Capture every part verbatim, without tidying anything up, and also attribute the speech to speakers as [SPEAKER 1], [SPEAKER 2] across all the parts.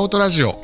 [SPEAKER 1] 弟ラジオ。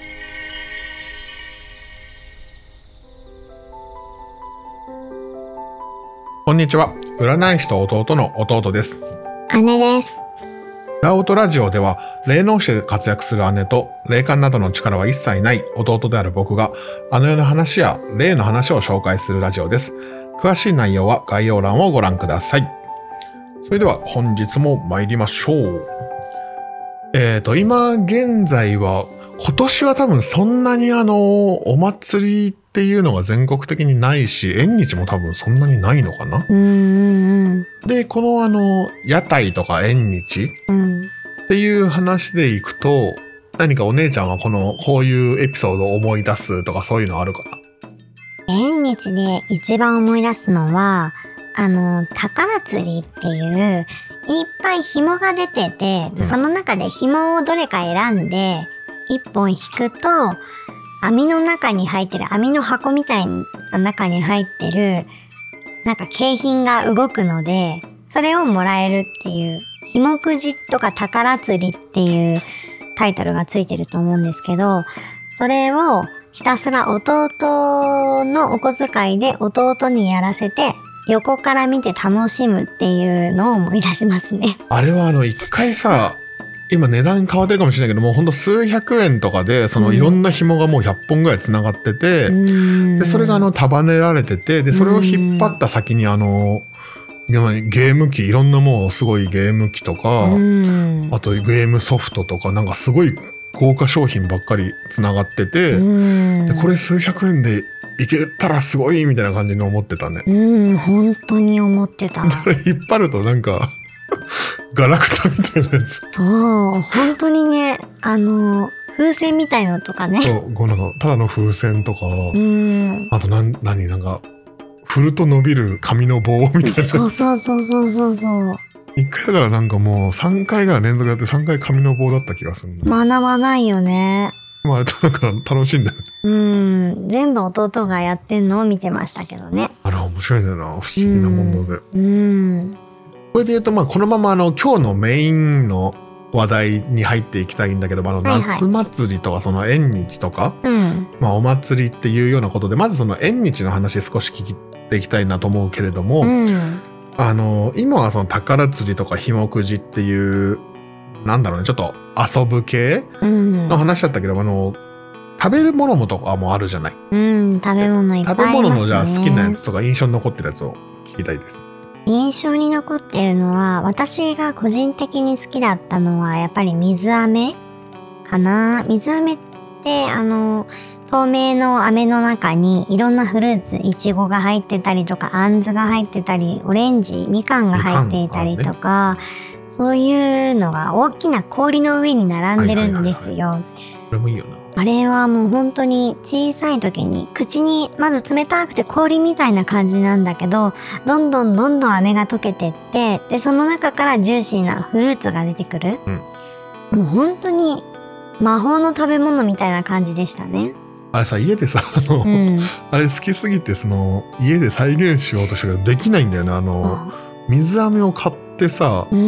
[SPEAKER 1] こんにちは。占い師と弟の弟です。
[SPEAKER 2] 姉です。
[SPEAKER 1] ラオトラジオでは霊能師で活躍する姉と霊感などの力は一切ない弟である僕があの世の話や霊の話を紹介するラジオです。詳しい内容は概要欄をご覧ください。それでは本日も参りましょう。えーと今現在は今年は多分そんなにあのお祭りっていうのが全国的にないし、縁日も多分そんなにないのかな。
[SPEAKER 2] うんうんうん。
[SPEAKER 1] でこのあの屋台とか縁日
[SPEAKER 2] うん
[SPEAKER 1] っていう話でいくと、何かお姉ちゃんはこのこういうエピソードを思い出すとかそういうのあるかな。
[SPEAKER 2] 縁日で一番思い出すのは、あの、宝釣りっていう、いっぱい紐が出てて、
[SPEAKER 1] うん
[SPEAKER 2] その中で紐をどれか選んで、一本引くと、網の中に入ってる、網の箱みたいな中に入ってる、なんか景品が動くので、それをもらえるっていう、紐くじとか宝釣りっていうタイトルがついてると思うんですけど、それをひたすら弟のお小遣いで弟にやらせて、横から見て楽しむっていうのを思い出しますね。
[SPEAKER 1] あれはあの一回さ、今値段変わってるかもしれないけど、もうほんと数百円とかでそのいろんな紐がもうひゃっぽんぐらいつながってて、
[SPEAKER 2] うーん
[SPEAKER 1] でそれがあの束ねられてて、でそれを引っ張った先にあのゲーム機、いろんなもうすごいゲーム機とか、
[SPEAKER 2] うん
[SPEAKER 1] あとゲームソフトとかなんかすごい豪華商品ばっかりつながってて、
[SPEAKER 2] うん
[SPEAKER 1] でこれ数百円でいけたらすごいみたいな感じに思ってたね。
[SPEAKER 2] うん、本当に思ってた。
[SPEAKER 1] それ引っ張るとなんかガラクタみたいなやつ。
[SPEAKER 2] そう、本当にね、あの、風船みたいのとかね。
[SPEAKER 1] そうこうなんかただの風船とか、
[SPEAKER 2] うん。
[SPEAKER 1] あとなん何なんか振ると伸びる紙の棒みたいなやつ。
[SPEAKER 2] そうそうそうそうそうそう。
[SPEAKER 1] 一回だからなんかもうさんかいぐらい連続やってさんかい紙の棒だった気がするんだ。
[SPEAKER 2] 学ばないよね。
[SPEAKER 1] まああれなんか楽しいんだよね。
[SPEAKER 2] うん。全部弟がやってんのを見てましたけどね。
[SPEAKER 1] あれ面白いんだよな、不思議なもので。
[SPEAKER 2] うん。
[SPEAKER 1] これで言うと、まあこのままあの今日のメインの話題に入っていきたいんだけど、あの
[SPEAKER 2] はいはい
[SPEAKER 1] 夏祭りとかその縁日とか、
[SPEAKER 2] うん。
[SPEAKER 1] まあお祭りっていうようなことで、まずその縁日の話少し聞いていきたいなと思うけれども、
[SPEAKER 2] うん。
[SPEAKER 1] あの今はその宝釣りとか紐くじっていうなんだろうね、ちょっと遊ぶ系
[SPEAKER 2] うん。
[SPEAKER 1] の話だったけど、あの食べるものもとかもあるじゃない。
[SPEAKER 2] うん。食べ物いっぱい
[SPEAKER 1] 食べ
[SPEAKER 2] ありますね。
[SPEAKER 1] 物のじゃあ好きなやつとか印象に残ってるやつを聞きたいです。
[SPEAKER 2] 印象に残ってるのは、私が個人的に好きだったのはやっぱり水飴かな。水飴ってあの透明の飴の中にいろんなフルーツ、いちごが入ってたりとか、あんずが入ってたり、オレンジ、みかんが入っていたりとか、そういうのが大きな氷の上に並んでるんですよ。
[SPEAKER 1] これもいいよな。
[SPEAKER 2] あれはもう本当に小さい時に口にまず冷たくて氷みたいな感じなんだけど、どんどんどんどん飴が溶けてって、でその中からジューシーなフルーツが出てくる、うん、もう本当に魔法の食べ物みたいな感じでしたね。
[SPEAKER 1] あれさ、家でさ、あの、うん、あれ好きすぎてその家で再現しようとしたけどできないんだよね。あの水飴を買ってさ、うん、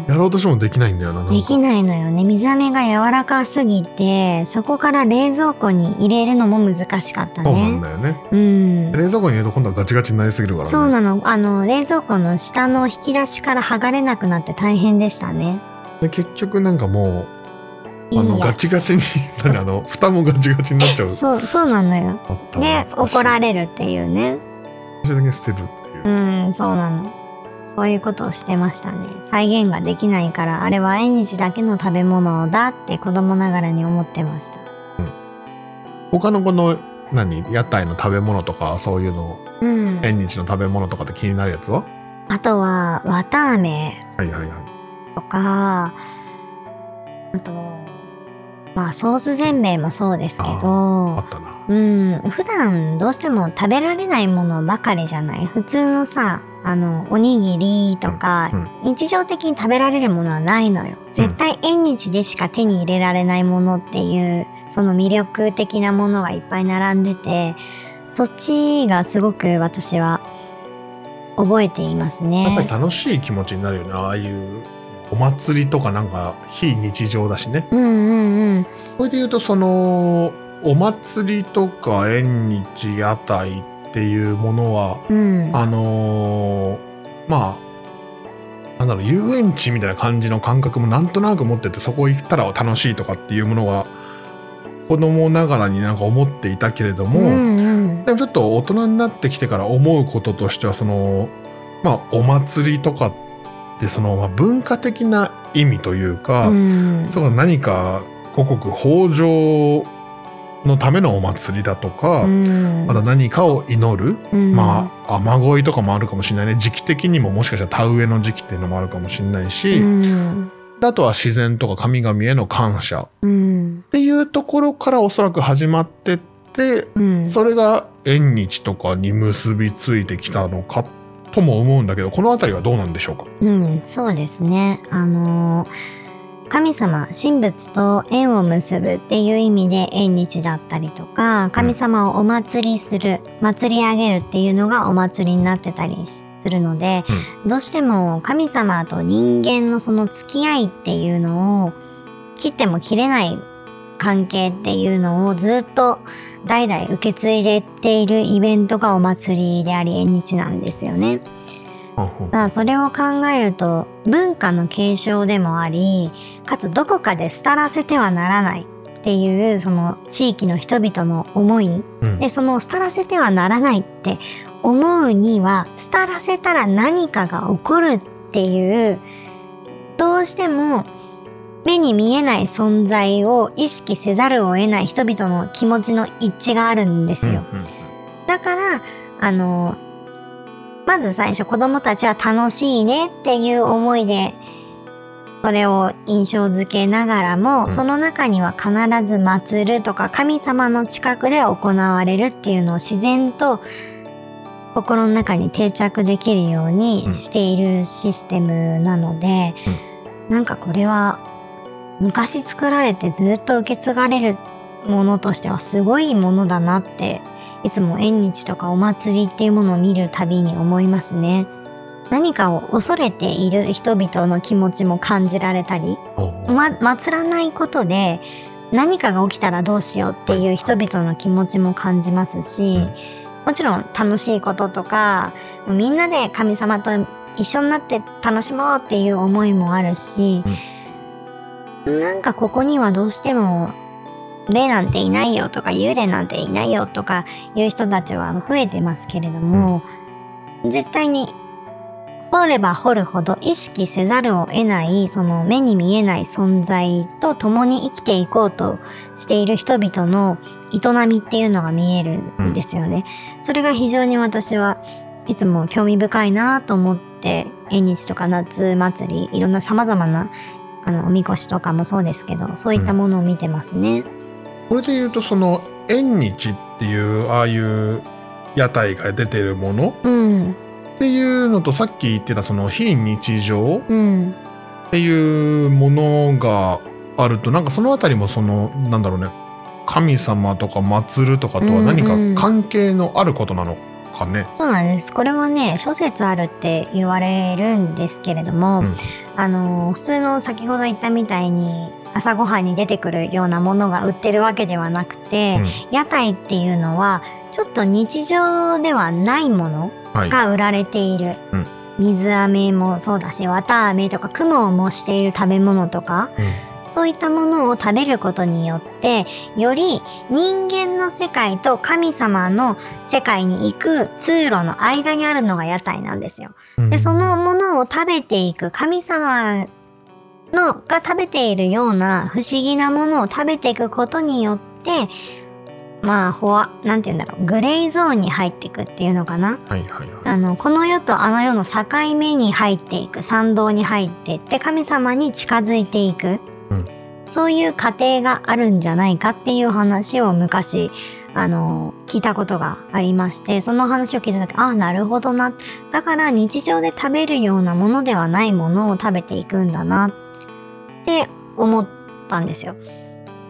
[SPEAKER 1] やろうとしてもできないんだよな。
[SPEAKER 2] できないのよね。水飴が柔らかすぎて、そこから冷蔵庫に入れるのも難しかったね。
[SPEAKER 1] そうなんだよね。うん。冷蔵庫に入れると今度はガチガチになりすぎるからね。
[SPEAKER 2] そうなの。あの冷蔵庫の下の引き出しから剥がれなくなって大変でしたね。
[SPEAKER 1] で結局なんかもうあのガチガチに何あの蓋もガチガチになっちゃう。
[SPEAKER 2] そうそうなのよ。で怒られるっていうね。
[SPEAKER 1] 最初だけ捨てるっていう。
[SPEAKER 2] うん、そうなの。そういうことをしてましたね。再現ができないから、あれは縁日だけの食べ物だって子供ながらに思ってました。
[SPEAKER 1] うん。他のこの何屋台の食べ物とかそういうの、うん、縁日の食べ物とかで気になるやつは？
[SPEAKER 2] あとは綿あめ
[SPEAKER 1] はいはいはい
[SPEAKER 2] とか、あとまあソースせんべいもそうですけど、
[SPEAKER 1] あ, あったな。
[SPEAKER 2] うん、普段どうしても食べられないものばかりじゃない。普通のさ、あのおにぎりとか、うんうん、日常的に食べられるものはないのよ。絶対縁日でしか手に入れられないものっていう、その魅力的なものがいっぱい並んでて、そっちがすごく私は覚えていますね。
[SPEAKER 1] やっぱり楽しい気持ちになるよね。ああいうお祭りとかなんか非日常だしね。
[SPEAKER 2] うんうんうん。
[SPEAKER 1] これで言うとそのお祭りとか縁日屋台っていうものは、
[SPEAKER 2] うん。
[SPEAKER 1] あのーまあなんだろう、遊園地みたいな感じの感覚もなんとなく持ってて、そこ行ったら楽しいとかっていうものが子供ながらになんか思っていたけれども、
[SPEAKER 2] うんうん。
[SPEAKER 1] でもちょっと大人になってきてから思うこととしては、そのまあお祭りとかってその、まあ、文化的な意味というか、
[SPEAKER 2] うん。
[SPEAKER 1] そう何か五穀豊穣のためのお祭りだとか、
[SPEAKER 2] うん。
[SPEAKER 1] また何かを祈る、
[SPEAKER 2] うん
[SPEAKER 1] まあ雨乞いとかもあるかもしれないね。時期的にももしかしたら田植えの時期っていうのもあるかもしれないし、
[SPEAKER 2] うん
[SPEAKER 1] であとは自然とか神々への感謝
[SPEAKER 2] うん
[SPEAKER 1] っていうところからおそらく始まってって、
[SPEAKER 2] うん
[SPEAKER 1] それが縁日とかに結びついてきたのかとも思うんだけど、このあたりはどうなんでしょうか。
[SPEAKER 2] うん、そうですね。あのー神様、神仏と縁を結ぶっていう意味で縁日だったりとか、神様をお祭りする、祭り上げるっていうのがお祭りになってたりするので、どうしても神様と人間のその付き合いっていうのを切っても切れない関係っていうのをずっと代々受け継いでっているイベントがお祭りであり縁日なんですよね。だからそれを考えると文化の継承でもあり、かつどこかで廃らせてはならないっていうその地域の人々の思い、
[SPEAKER 1] うん、
[SPEAKER 2] でその廃らせてはならないって思うには、廃らせたら何かが起こるっていうどうしても目に見えない存在を意識せざるを得ない人々の気持ちの一致があるんですよ。
[SPEAKER 1] うんうん、
[SPEAKER 2] だからあのまず最初子供たちは楽しいねっていう思いでそれを印象づけながらも、うん、その中には必ず祀るとか神様の近くで行われるっていうのを自然と心の中に定着できるようにしているシステムなので、うん、なんかこれは昔作られてずっと受け継がれるものとしてはすごいものだなっていつも縁日とかお祭りっていうものを見るたびに思いますね。何かを恐れている人々の気持ちも感じられたり、ま、祀らないことで何かが起きたらどうしようっていう人々の気持ちも感じますし、もちろん楽しいこととかみんなで神様と一緒になって楽しもうっていう思いもあるし、なんかここにはどうしても霊なんていないよとか幽霊なんていないよとかいう人たちは増えてますけれども、絶対に掘れば掘るほど意識せざるを得ないその目に見えない存在と共に生きていこうとしている人々の営みっていうのが見えるんですよね。それが非常に私はいつも興味深いなと思って、縁日とか夏祭りいろんな様々なあのおみこしとかもそうですけど、そういったものを見てますね。うん、
[SPEAKER 1] これで言うとその縁日っていうああいう屋台が出てるもの、うんっていうのとさっき言ってたその非日常っていうものがあると、なんかそのあたりもそのなんだろうね、神様とか祀るとかとは何か関係のあることなのかね。
[SPEAKER 2] そうなんです。これはね諸説あるって言われるんですけれども、うん、あの普通の先ほど言ったみたいに朝ごはんに出てくるようなものが売ってるわけではなくて、うん、屋台っていうのはちょっと日常ではないものが売られている、はいうん、水飴もそうだし綿飴とか雲を模している食べ物とか、うん、そういったものを食べることによってより人間の世界と神様の世界に行く通路の間にあるのが屋台なんですよ。うん、でそのものを食べていく神様のが食べているような不思議なものを食べていくことによってまあ、ほわ、なんて言うんだろう、グレーゾーンに入っていくっていうのかな。はいはいはい。あの、この世とあの世の境目に入っていく、参道に入っていって、神様に近づいていく。うん、そういう過程があるんじゃないかっていう話を昔、あの、聞いたことがありまして、その話を聞いた時、ああ、なるほどな。だから日常で食べるようなものではないものを食べていくんだなって思ったんですよ。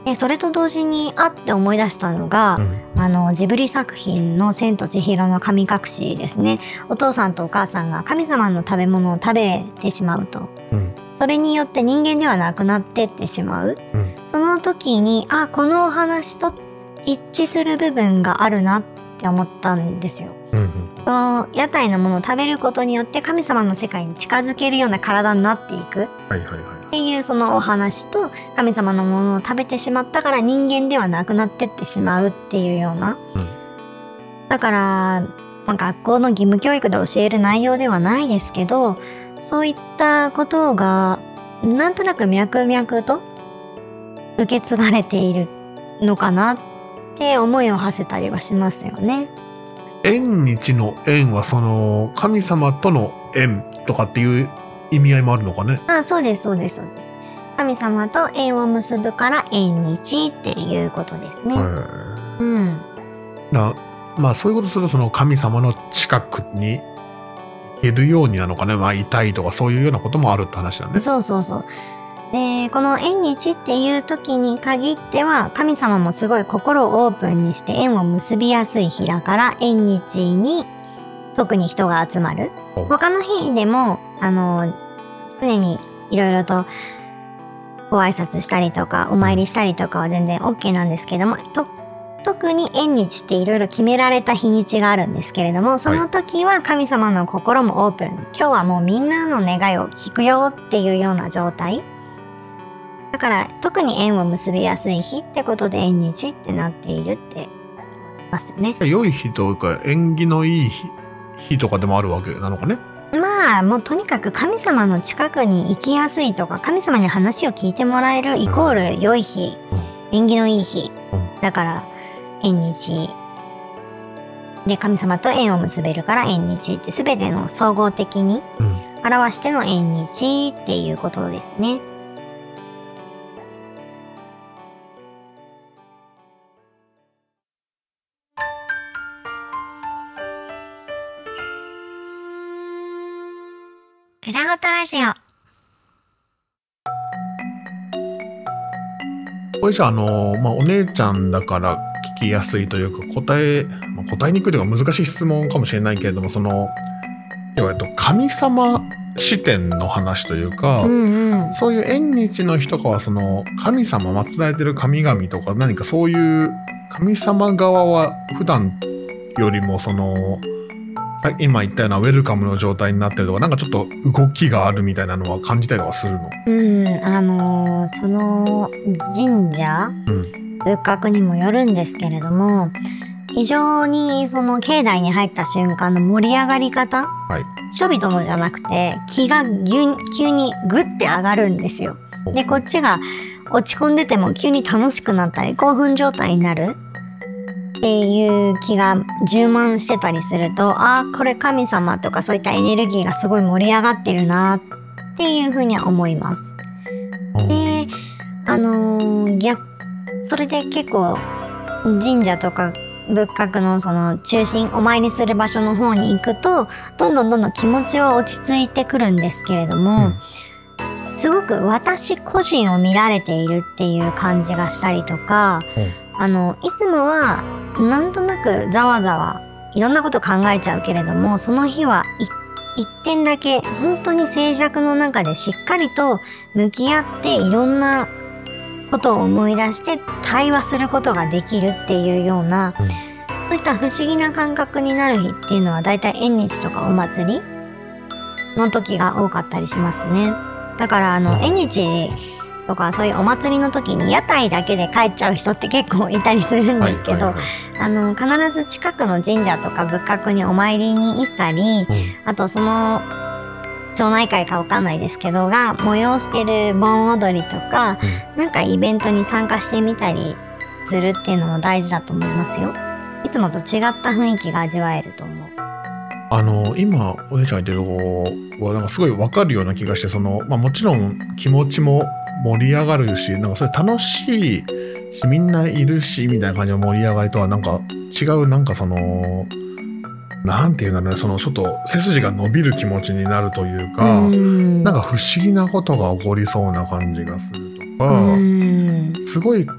[SPEAKER 2] でそれと同時にあって思い出したのが、うん、あのジブリ作品の千と千尋の神隠しですね。お父さんとお母さんが神様の食べ物を食べてしまうと、うん、それによって人間ではなくなってってしまう、うん、その時にあこのお話と一致する部分があるなって思ったんですよ、うんうん、その屋台のものを食べることによって神様の世界に近づけるような体になっていく、はいはいはい、っていうそのお話と神様のものを食べてしまったから人間ではなくなってってしまうっていうような、うん、だから、まあ、学校の義務教育で教える内容ではないですけど、そういったことがなんとなく脈々と受け継がれているのかなって思いを馳せたりはしますよね。
[SPEAKER 1] 縁日の縁はその神様との縁とかっていう意味合いもあるのかね。
[SPEAKER 2] あ、そうですそうですそうです。神様と縁を結ぶから縁日っていうことですね。うん。
[SPEAKER 1] なまあそういうことするとその神様の近くに行けるようになのかね。まあいたいとかそういうようなこともあるって話だね。
[SPEAKER 2] そうそうそう。でこの縁日っていう時に限っては神様もすごい心をオープンにして縁を結びやすい日だから縁日に特に人が集まる。他の日でもあの常にいろいろとご挨拶したりとかお参りしたりとかは全然 OK なんですけども、と特に縁日っていろいろ決められた日にちがあるんですけれども、その時は神様の心もオープン、今日はもうみんなの願いを聞くよっていうような状態だから特に縁を結びやすい日ってことで縁日ってなっているって言いますね。
[SPEAKER 1] 良い日というか縁起のいい 日, 日とかでもあるわけなのかね。
[SPEAKER 2] まあもうとにかく神様の近くに行きやすいとか神様に話を聞いてもらえるイコール良い日、うん、縁起のいい日、うん、だから縁日で神様と縁を結べるから縁日って全ての総合的に表しての縁日っていうことですね。裏ごとラジオ。
[SPEAKER 1] これじゃあ、あのまあ、お姉ちゃんだから聞きやすいというか答え、まあ、答えにくいというか難しい質問かもしれないけれども、その要は神様視点の話というか、うんうん、そういう縁日の日とかはその神様祀られてる神々とか何かそういう神様側は普段よりもその今言ったようなウェルカムの状態になってるとか、なんかちょっと動きがあるみたいなのは感じたりとかするの？
[SPEAKER 2] うん、あのー、その神社、うん、仏閣にもよるんですけれども、非常にその境内に入った瞬間の盛り上がり方、はい、人々のじゃなくて気が急にグッて上がるんですよ。で、こっちが落ち込んでても急に楽しくなったり興奮状態になるっていう気が充満してたりすると、ああこれ神様とかそういったエネルギーがすごい盛り上がってるなっていうふうには思います。で、あのー、逆それで結構神社とか仏閣のその中心お参りする場所の方に行くとどんどんどんどん気持ちは落ち着いてくるんですけれども、うん、すごく私個人を見られているっていう感じがしたりとか、うん、あのいつもはなんとなくざわざわいろんなこと考えちゃうけれども、その日は一点だけ本当に静寂の中でしっかりと向き合っていろんなことを思い出して対話することができるっていうような、うん、そういった不思議な感覚になる日っていうのはだいたい縁日とかお祭りの時が多かったりしますね。だからあの、うん、縁日とかそういうお祭りの時に屋台だけで帰っちゃう人って結構いたりするんですけど、はいはいはい、あの必ず近くの神社とか仏閣にお参りに行ったり、うん、あとその町内会かわかんないですけどが催してる盆踊りとか、うん、なんかイベントに参加してみたりするっていうのも大事だと思いますよ。いつもと違った雰囲気が味わえると思う。
[SPEAKER 1] あの今お姉ちゃん言ってるのはなんかすごい分かるような気がして、その、まあ、もちろん気持ちも盛り上がるし、なんかそれ楽しいしみんないるしみたいな感じの盛り上がりとはなんか違う、なんかそのなんていうんだろうね、そのちょっと背筋が伸びる気持ちになるというか、うん、なんか不思議なことが起こりそうな感じがするとか、うん、すごい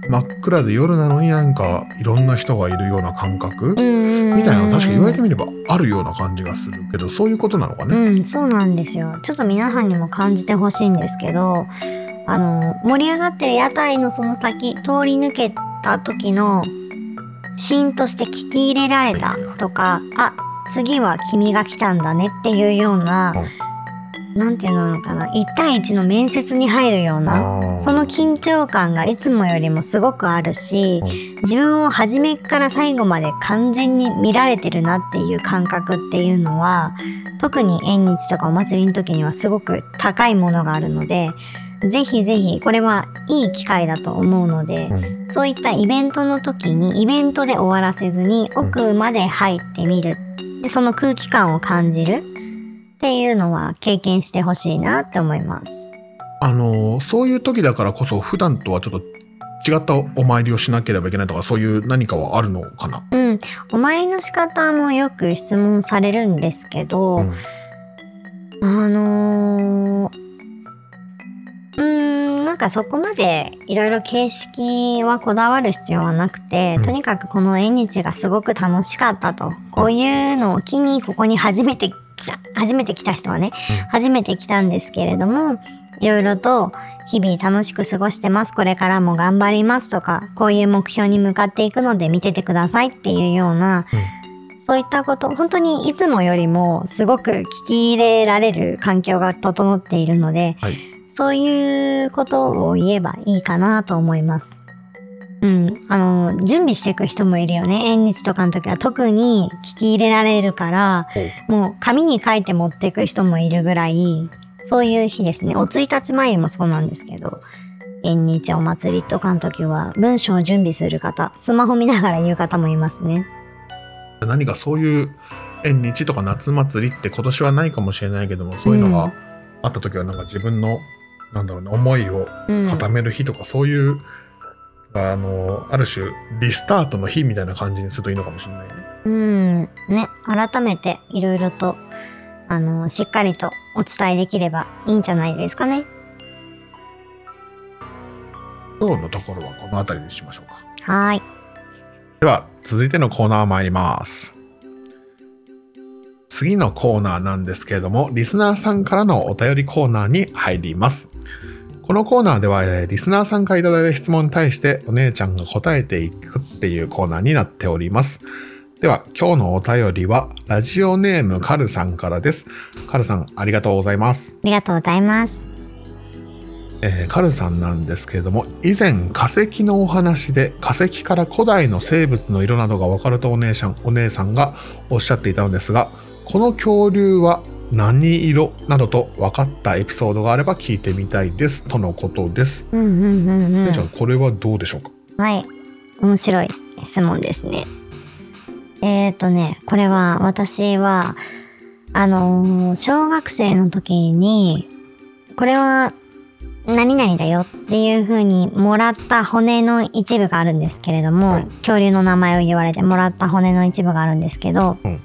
[SPEAKER 1] 真っ暗で夜なのになんかいろんな人がいるような感覚みたいなの確か言われてみればあるような感じがするけど、そういうことなのかね。
[SPEAKER 2] うん、そうなんですよ。ちょっと皆さんにも感じてほしいんですけど、あの盛り上がってる屋台のその先通り抜けた時のシーンとして聞き入れられたとか、あ、次は君が来たんだねっていうような、うん、なんていうのかな、一対一の面接に入るような、その緊張感がいつもよりもすごくあるし、うん、自分を初めから最後まで完全に見られてるなっていう感覚っていうのは、特に縁日とかお祭りの時にはすごく高いものがあるので、ぜひぜひこれはいい機会だと思うので、うん、そういったイベントの時にイベントで終わらせずに奥まで入ってみる、でその空気感を感じるっていうのは経験してほしいなって思います。
[SPEAKER 1] あのそういう時だからこそ普段とはちょっと違ったお参りをしなければいけないとか、そういう何かはあるのかな。
[SPEAKER 2] うん、お参りの仕方もよく質問されるんですけど、うん、あのーうーんなんかそこまでいろいろ形式はこだわる必要はなくて、うん、とにかくこの縁日がすごく楽しかったと、こういうのを機にここに初めて来た初めて来た人はね、うん、初めて来たんですけれども、いろいろと日々楽しく過ごしてます、これからも頑張りますとか、こういう目標に向かっていくので見ててくださいっていうような、うん、そういったこと、本当にいつもよりもすごく聞き入れられる環境が整っているので、はい、そういうことを言えばいいかなと思います。うん、あの準備していく人もいるよね。縁日とかの時は特に聞き入れられるから、もう紙に書いて持っていく人もいるぐらい、そういう日ですね。おついたち参りもそうなんですけど、縁日お祭りとかの時は文章を準備する方、スマホ見ながら言う方もいますね。
[SPEAKER 1] 何かそういう縁日とか夏祭りって今年はないかもしれないけども、そういうのがあった時はなんか自分のなんだろうね、思いを固める日とか、うん、そういうあのある種リスタートの日みたいな感じにするといいのかもしれないね。
[SPEAKER 2] うんね、改めていろいろとあのしっかりとお伝えできればいいんじゃないですかね。
[SPEAKER 1] 今日のところはこの辺りにしましょうか。
[SPEAKER 2] はい。
[SPEAKER 1] では続いてのコーナー参ります。次のコーナーなんですけれども、リスナーさんからのお便りコーナーに入ります。このコーナーではリスナーさんからいただいた質問に対してお姉ちゃんが答えていくっていうコーナーになっております。では今日のお便りはラジオネームカルさんからです。カルさんありがとうございます。
[SPEAKER 2] ありがとうございます。
[SPEAKER 1] えー、カルさんなんですけれども、以前化石のお話で化石から古代の生物の色などが分かるとお姉さん、お姉さんがおっしゃっていたのですが、この恐竜は何色などと分かったエピソードがあれば聞いてみたいですとのことです。
[SPEAKER 2] うんうんうんうん。
[SPEAKER 1] じゃあこれはどうでしょうか。
[SPEAKER 2] はい、面白い質問ですね。えーとね、これは私はあのー、小学生の時にこれは何々だよっていう風にもらった骨の一部があるんですけれども、はい、恐竜の名前を言われてもらった骨の一部があるんですけど、うん、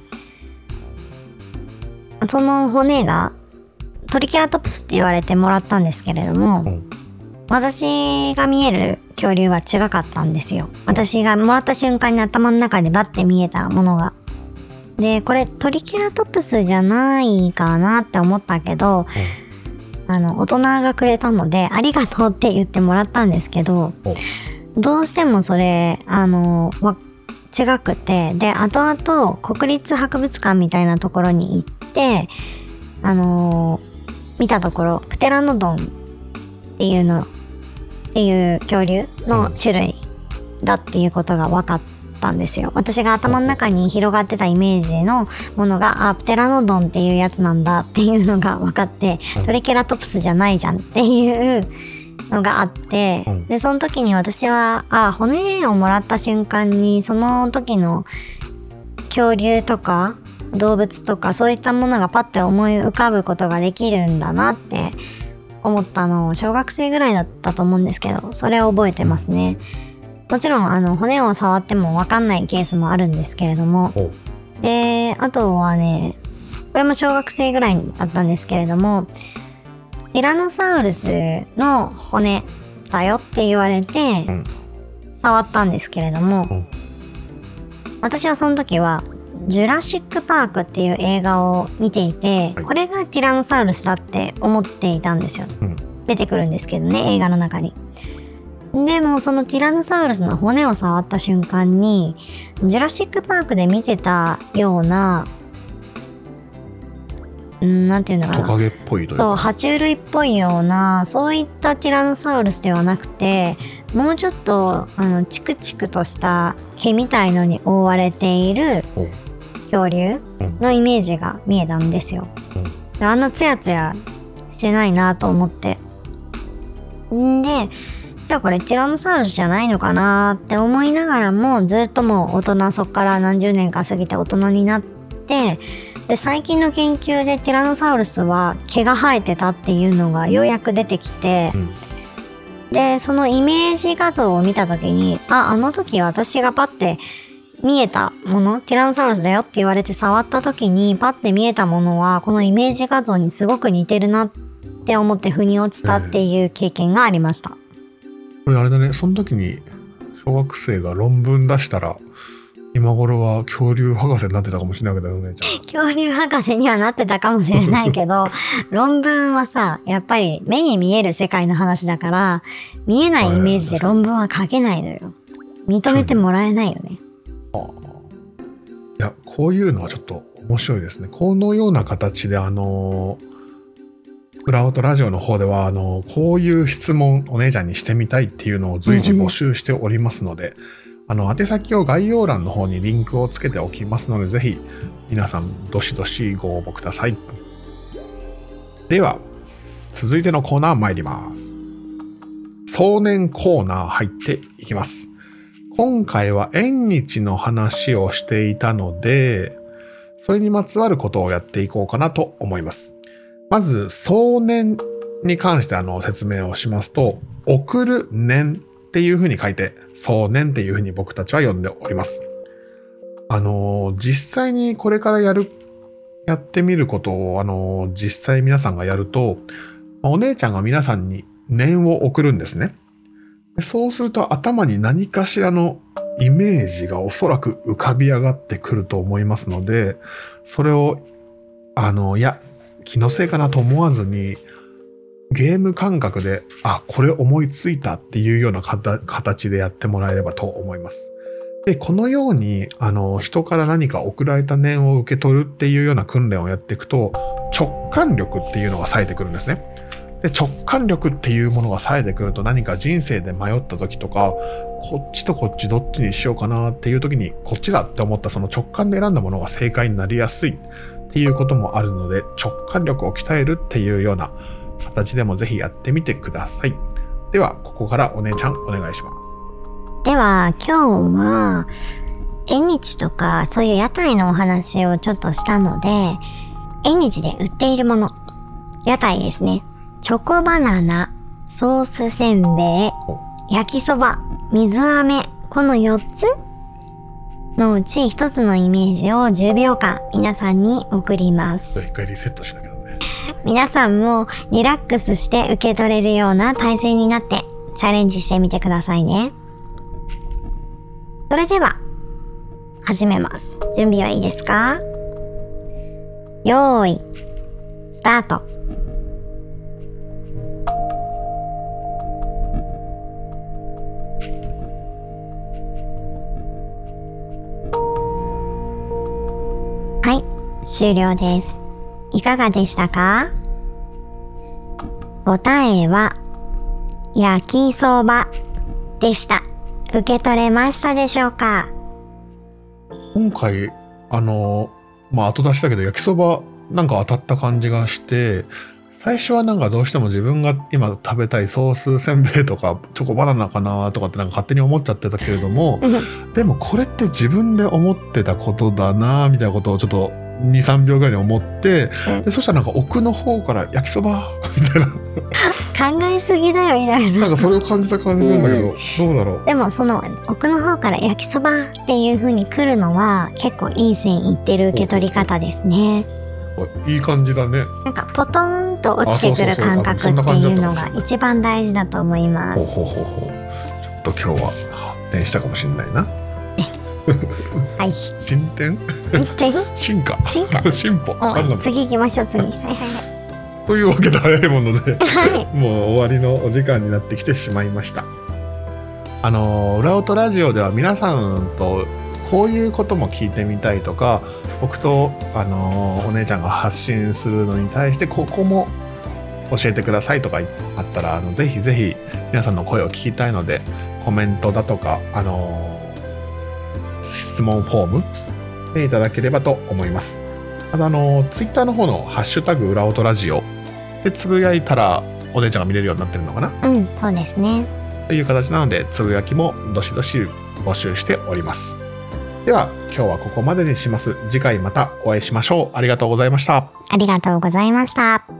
[SPEAKER 2] その骨がトリケラトプスって言われてもらったんですけれども、うん、私が見える恐竜は違かったんですよ。私がもらった瞬間に頭の中でバッて見えたものが。で、これトリケラトプスじゃないかなって思ったけど、うん、あの大人がくれたのでありがとうって言ってもらったんですけど、どうしてもそれあの違くて、で後々国立博物館みたいなところに行ってあの見たところプテラノドンっていうのっていう恐竜の種類だっていうことが分かったんですよ。私が頭の中に広がってたイメージのものが、あ、プテラノドンっていうやつなんだっていうのが分かって、トリケラトプスじゃないじゃんっていうのがあって、でその時に私はあ骨をもらった瞬間にその時の恐竜とか動物とかそういったものがパッて思い浮かぶことができるんだなって思ったのを小学生ぐらいだったと思うんですけど、それを覚えてますね。もちろんあの骨を触っても分かんないケースもあるんですけれども、であとはね、これも小学生ぐらいだったんですけれども、ティラノサウルスの骨だよって言われて、うん、 触ったんですけれども、
[SPEAKER 1] うん、
[SPEAKER 2] 私はその時はジュラシックパークっていう映画を見ていて、
[SPEAKER 1] はい、
[SPEAKER 2] これがティラノサウルスだって思っていたんですよ、
[SPEAKER 1] うん、
[SPEAKER 2] 出てくるんですけどね、映画の中に。でもそのティラノサウルスの骨を触った瞬間に、ジュラシックパークで見てたような、んなんていうのかな、
[SPEAKER 1] トカゲっぽいというか、
[SPEAKER 2] そう、爬虫類っぽいような、そういったティラノサウルスではなくて、もうちょっとあのチクチクとした毛みたいのに覆われている恐竜のイメージが見えたんですよ、うん、あんなツヤツヤしてないなと思って、んでじゃあこれティラノサウルスじゃないのかなって思いながらも、ずっともう大人、そっから何十年か過ぎて大人になって、で最近の研究でティラノサウルスは毛が生えてたっていうのがようやく出てきて、うん、でそのイメージ画像を見た時に、あ、あの時私がパッて見えたもの、ティラノサウルスだよって言われて触った時にパッて見えたものはこのイメージ画像にすごく似てるなって思って腑に落ちたっていう経験がありました。
[SPEAKER 1] これあれだね、その時に小学生が論文出したら今頃は恐竜博士になってたかもしれないけどね、
[SPEAKER 2] ちゃん。恐竜博士にはなってたかもしれないけど論文はさ、やっぱり目に見える世界の話だから、見えないイメージで論文は書けないのよ。認めてもらえないよね。
[SPEAKER 1] はあ、いや、こういうのはちょっと面白いですね。このような形であのクラウドラジオの方ではあのこういう質問お姉ちゃんにしてみたいっていうのを随時募集しておりますので、うんうん、あの宛先を概要欄の方にリンクをつけておきますので、ぜひ皆さんどしどしご応募ください。では続いてのコーナー参ります。壮年コーナー入っていきます。今回は縁日の話をしていたので、それにまつわることをやっていこうかなと思います。まず壮年に関してあの説明をしますと、送る年っていう風に書いて壮年っていう風に僕たちは呼んでおります。あの実際にこれからやるやってみることをあの実際皆さんがやると、お姉ちゃんが皆さんに念を送るんですね。そうすると頭に何かしらのイメージがおそらく浮かび上がってくると思いますので、それをあのいや気のせいかなと思わずにゲーム感覚で、あ、これ思いついたっていうような形でやってもらえればと思います。で、このようにあの人から何か送られた念を受け取るっていうような訓練をやっていくと、直感力っていうのが冴えてくるんですね。で、直感力っていうものが冴えてくると、何か人生で迷った時とか、こっちとこっちどっちにしようかなっていう時に、こっちだって思ったその直感で選んだものが正解になりやすいっていうこともあるので、直感力を鍛えるっていうような形でもぜひやってみてください。では、ここからお姉ちゃんお願いします。
[SPEAKER 2] では、今日は縁日とかそういう屋台のお話をちょっとしたので、縁日で売っているもの、屋台ですね。チョコバナナ、ソースせんべい、焼きそば、水飴、このよっつのうちひとつのイメージをじゅうびょうかん皆さんに送ります。
[SPEAKER 1] 一回リセットしなきゃね。
[SPEAKER 2] 皆さんもリラックスして受け取れるような体勢になってチャレンジしてみてくださいね。それでは始めます。準備はいいですか？よーい、スタート。はい、終了です。いかがでしたか？答えは焼きそばでした。受け取れましたでしょうか？
[SPEAKER 1] 今回あのまあ後出しだけど焼きそばなんか当たった感じがして、最初はなんかどうしても自分が今食べたいソースせんべいとかチョコバナナかなとかってなんか勝手に思っちゃってたけれどもでもこれって自分で思ってたことだなみたいなことをちょっとにさんびょうぐらいに思って、でそしたらなんか奥の方から焼きそばみたいな
[SPEAKER 2] 考えすぎだよいろいろ
[SPEAKER 1] なんかそれを感じた感じするんだけど、うん、どうだろう。
[SPEAKER 2] でもその奥の方から焼きそばっていう風に来るのは結構いい線いってる受け取り方ですね。
[SPEAKER 1] いい感じだね。
[SPEAKER 2] なんかポトンと落ちてくる感覚っていうのが一番大事だと思います。
[SPEAKER 1] ほうほうほうほう。ちょっと今日は展したかもしれないな。
[SPEAKER 2] はい。
[SPEAKER 1] 進展
[SPEAKER 2] で
[SPEAKER 1] 進化
[SPEAKER 2] 進化
[SPEAKER 1] 進歩
[SPEAKER 2] お
[SPEAKER 1] なんだろう
[SPEAKER 2] 次行きましょう次。はいはいはい。
[SPEAKER 1] というわけで早いもので
[SPEAKER 2] はい。
[SPEAKER 1] もう終わりのお時間になってきてしまいました。あの裏音ラジオでは皆さんとこういうことも聞いてみたいとか、僕とあのお姉ちゃんが発信するのに対してここも教えてくださいとかあったら、あのぜひぜひ皆さんの声を聞きたいので、コメントだとかあの質問フォームでいただければと思います。あのあのツイッターの方のハッシュタグ裏音ラジオでつぶやいたらお姉ちゃんが見れるようになってるのかな
[SPEAKER 2] うん、そうですね。
[SPEAKER 1] という形なので、つぶやきもどしどし募集しております。では今日はここまでにします。次回またお会いしましょう。ありがとうございました。
[SPEAKER 2] ありがとうございました。